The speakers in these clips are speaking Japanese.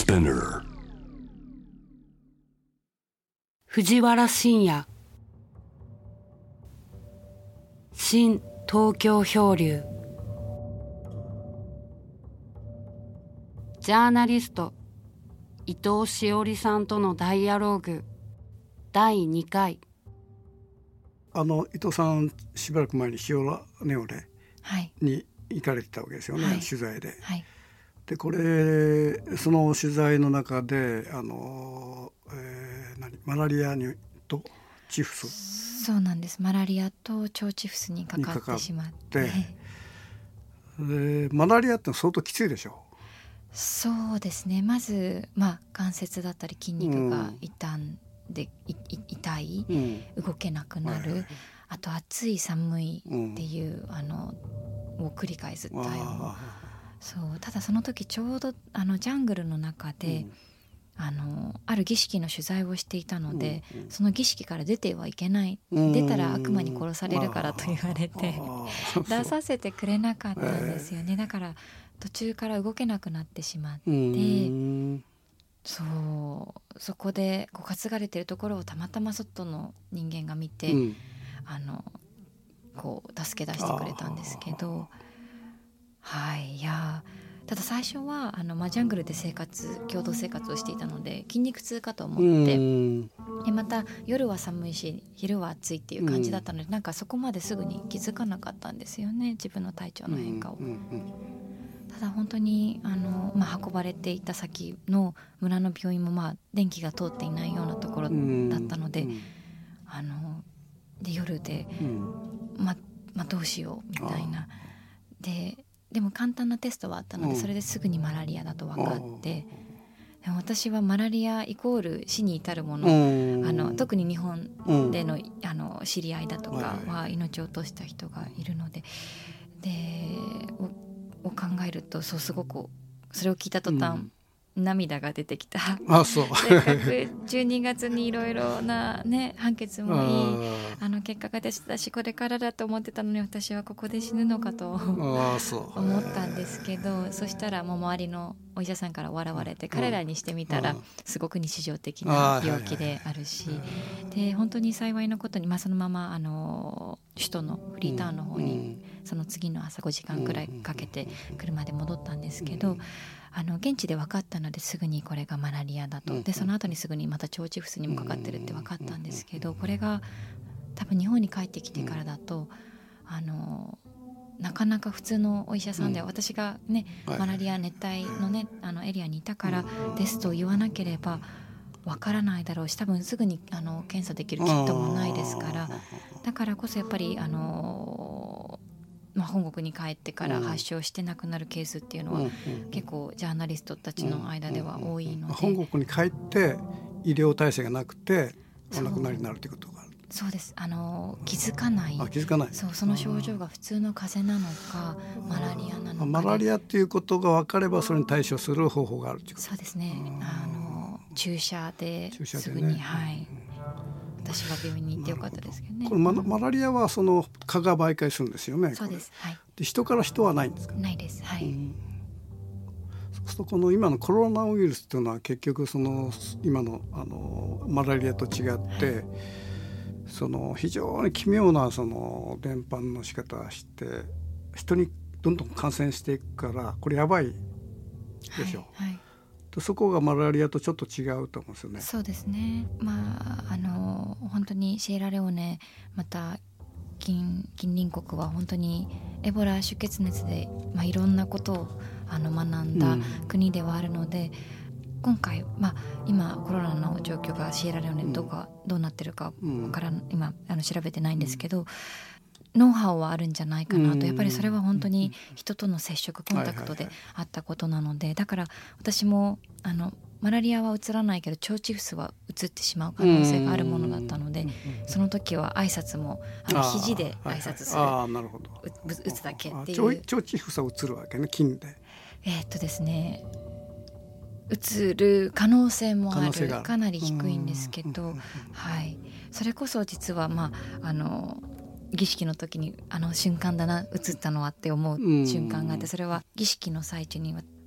Spinner 藤原信也新東京漂流ジャーナリスト伊藤詩織さんとのダイアローグ第2回。 伊藤さんしばらく前にシオラネオレに行かれてたわけですよね、 はい、 取材で、 はい、 でこれその取材の中でマラリアとチフス、 そうなんです。マラリアと腸チフスにかかってしまって、 でマラリアって相当きついでしょ。 そうですね。まず、関節だったり筋肉が痛い、動けなくなる、あと暑い寒いっていう、を繰り返す体温。そう。ただその時ちょうどジャングルの中で、ある儀式の取材をしていたので、その儀式から出てはいけない、出たら悪魔に殺されるからと言われて出させてくれなかったんですよね。だから途中から動けなくなってしまって、そこで担がれてるところをたまたま外の人間が見て、助け出してくれたんですけど、いやただ最初はジャングルで共同生活をしていたので筋肉痛かと思って、でまた夜は寒いし昼は暑いっていう感じだったので、なんかそこまですぐに気づかなかったんですよね、自分の体調の変化を。ただ本当に運ばれていた先の村の病院も電気が通っていないようなところだったので、で夜で、どうしようみたいな。でも簡単なテストはあったので、それですぐにマラリアだと分かって、でも私はマラリアイコール死に至るもの、特に日本での、知り合いだとかは命を落とした人がいるので、を考えるとすごくそれを聞いた途端、涙が出てきた。せっかく12月にいろいろな、判決もいい結果が出たし、これからだと思ってたのに私はここで死ぬのかと思ったんですけど、そしたらもう周りのお医者さんから笑われて、彼らにしてみたらすごく日常的な病気であるし、で本当に幸いなことに、そのまま首都のフリータウンの方にその次の朝5時間くらいかけて車で戻ったんですけど、現地で分かったのですぐにこれがマラリアだと。でその後にすぐにまた腸チフスにもかかってるって分かったんですけど、これが多分日本に帰ってきてからだとなかなか普通のお医者さんでは、私がマラリア熱帯のエリアにいたからですと言わなければ分からないだろうし、多分すぐに検査できるキットもないですから、だからこそやっぱり本国に帰ってから発症して亡くなるケースっていうのは、結構ジャーナリストたちの間では多いので、 本国に帰って医療体制がなくてお亡くなりになるということがある。 そうです。気づかない。その症状が普通の風邪なのかマラリアなのか、 マラリアっていうことが分かればそれに対処する方法があるということ。 そうですね。注射ですぐに、私は病院に行ってよかったですけどね。 これマラリアはその蚊が媒介するんですよね。 そうです。 で人から人はないんですか。 ないです。そうするとこの今のコロナウイルスというのは結局その今のマラリアと違って、その非常に奇妙なその伝播の仕方をして人にどんどん感染していくから、これやばいでしょ。そこがマラリアとちょっと違うと思うんですよね。 そうですね。本当にシエラレオネ、また近隣国は本当にエボラ出血熱で、いろんなことを学んだ国ではあるので、今回、今コロナの状況がシエラレオネどうなってるか今調べてないんですけど、ノウハウはあるんじゃないかなと。やっぱりそれは本当に人との接触コンタクトであったことなので、だから私もマラリアはうつらないけど腸チフスはうつってしまう可能性があるものだったので、その時は挨拶も肘で挨拶する、打つだけっていう。 腸チフスはうつるわけね、菌で。 ですね、うつる可能性もある。かなり低いんですけど、それこそ実は儀式の時に瞬間だな、映ったのはって思う瞬間があって、それは儀式の最中にこ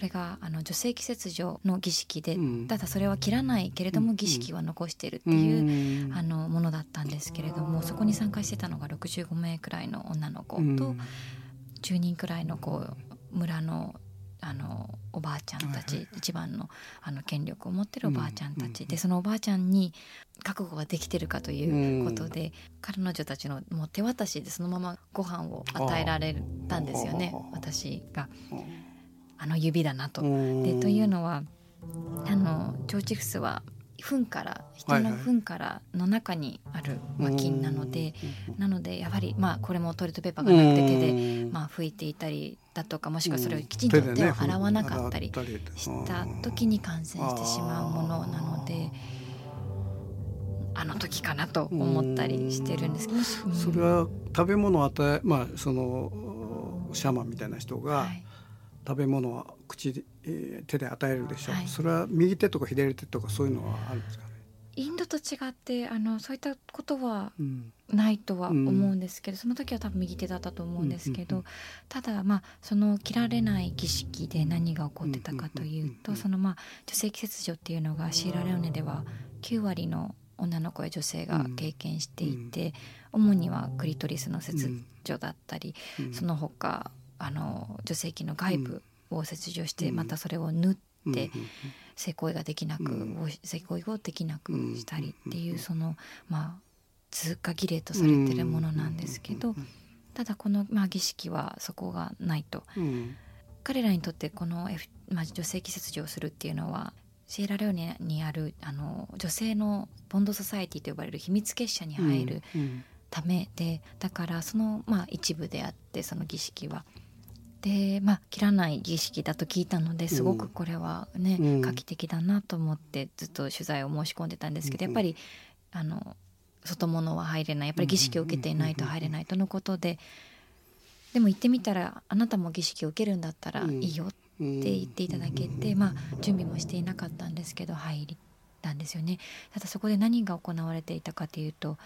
れが女性器切除の儀式で、ただそれは切らないけれども儀式は残しているっていう、ものだったんですけれども、そこに参加してたのが65名くらいの女の子と、10人くらいの村のおばあちゃんたち、一番の権力を持ってるおばあちゃんたちで、そのおばあちゃんに覚悟ができてるかということで、彼女たちのもう手渡しでそのままご飯を与えられたんですよね、私が指だなと。でというのは腸チフスは糞から人の糞からの中にある菌なので、やはりこれもトイレットペーパーがなくて手で拭いていたりだとか、もしくはそれをきちんと手を洗わなかったりした時に感染してしまうものなので、あの時かなと思ったりしてるんですけど、 それは食べ物を与え、そのシャーマンみたいな人が、食べ物は手で与えるでしょ、それは右手とか左手とかそういうのはあるんですかね。 インドと違ってそういったことはないとは思うんですけど、その時は多分右手だったと思うんですけど、ただその切られない儀式で何が起こってたかというと、その女性器切除っていうのがシエラレオネでは9割の女の子や女性が経験していて、主にはクリトリスの切除だったり、その他女性器の外部を切除して、またそれを縫って性行為ができなく、性行為をできなくしたりっていう、その通過儀礼とされているものなんですけど、ただこの儀式はそこがないと、彼らにとってこの女性器切除をするっていうのはシエラレオネにある女性のボンドソサエティと呼ばれる秘密結社に入るためで、だからその一部であって、その儀式はで切らない儀式だと聞いたので、すごくこれはね、画期的だなと思ってずっと取材を申し込んでたんですけど、やっぱり外物は入れない、やっぱり儀式を受けていないと入れないとのことで、でも行ってみたらあなたも儀式を受けるんだったらいいよって言っていただけて、準備もしていなかったんですけど入ったんですよね。ただそこで何が行われていたかというと、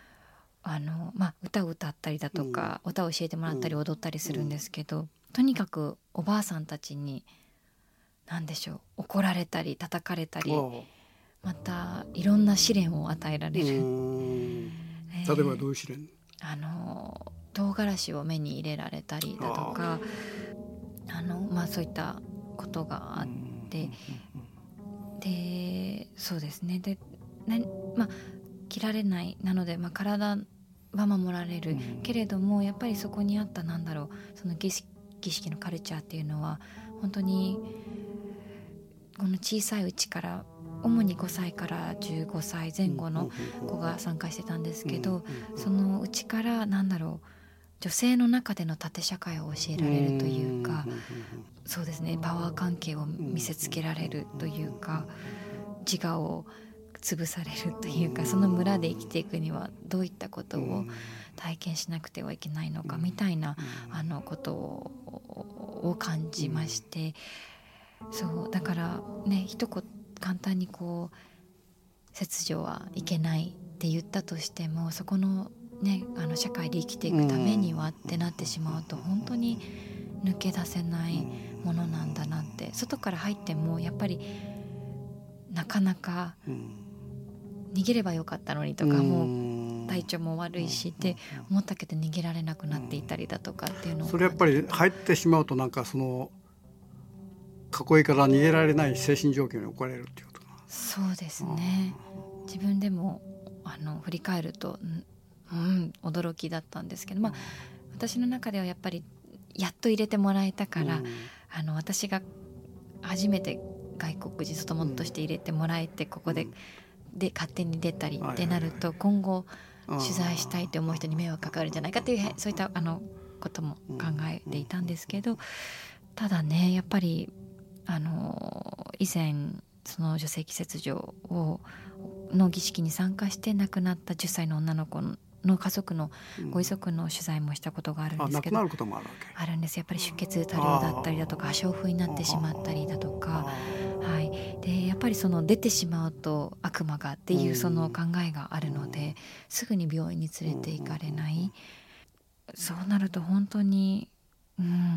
歌を歌ったりだとか、歌を教えてもらったり踊ったりするんですけど、とにかくおばあさんたちに何でしょう、怒られたり叩かれたり、またいろんな試練を与えられる。例えばどういう試練？ 唐辛子を目に入れられたりだとか、そういったことがあって、でそうですね、で切られないなので、体は守られる、けれどもやっぱりそこにあったその儀式のカルチャーっていうのは本当にこの小さいうちから、主に5歳から15歳前後の子が参加してたんですけど、そのうちから女性の中での縦社会を教えられるというか、そうですね、パワー関係を見せつけられるというか、自我を潰されるというか、その村で生きていくにはどういったことを体験しなくてはいけないのかみたいなことを感じまして、そうだからね、一言簡単に切除はいけないって言ったとしても、そこのね、社会で生きていくためにはってなってしまうと、本当に抜け出せないものなんだなって、外から入ってもやっぱりなかなか逃げればよかったのにとか、もう体調も悪いしって思ったけど逃げられなくなっていたりだとかっていうのを、 それやっぱり入ってしまうとその囲いから逃げられない精神状況に置かれるっていうことかな。 そうですね、自分でも振り返ると驚きだったんですけど、私の中ではやっぱりやっと入れてもらえたから、私が初めて外国人外物として入れてもらえて、ここで勝手に出たりってなると、今後取材したいと思う人に迷惑かかるんじゃないかという、そういったことも考えていたんですけど、ただね、やっぱり以前その女性器切除の儀式に参加して亡くなった10歳の女の子の家族のご遺族の取材もしたことがあるんですけど、 亡くなることもあるわけ。 あるんです。やっぱり出血多量だったりだとか、破傷風になってしまったりだとか、でやっぱりその出てしまうと悪魔がっていうその考えがあるので、すぐに病院に連れて行かれない。そうなると本当に、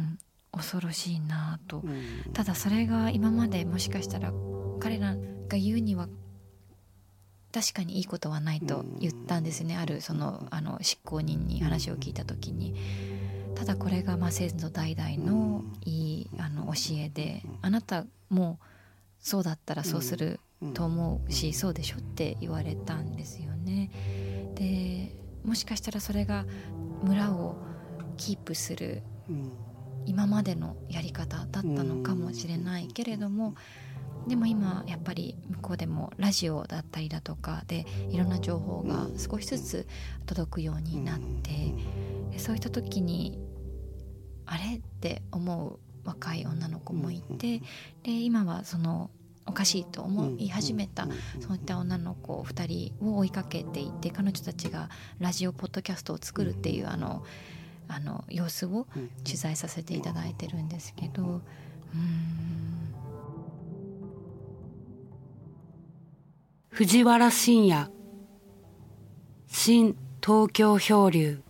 恐ろしいなと。ただそれが今までもしかしたら彼らが言うには確かにいいことはないと言ったんですね。あるその執行人に話を聞いた時に、ただこれが先祖代々のいい教えで、あなたもそうだったらそうすると思うし、そうでしょって言われたんですよね。でもしかしたらそれが村をキープする今までのやり方だったのかもしれないけれども、でも今やっぱり向こうでもラジオだったりだとかでいろんな情報が少しずつ届くようになって、そういった時にあれって思う若い女の子もいて、で今はそのおかしいと思い始めたそういった女の子2人を追いかけていて、彼女たちがラジオポッドキャストを作るっていう様子を取材させていただいてるんですけど、 藤原信也、新東京漂流。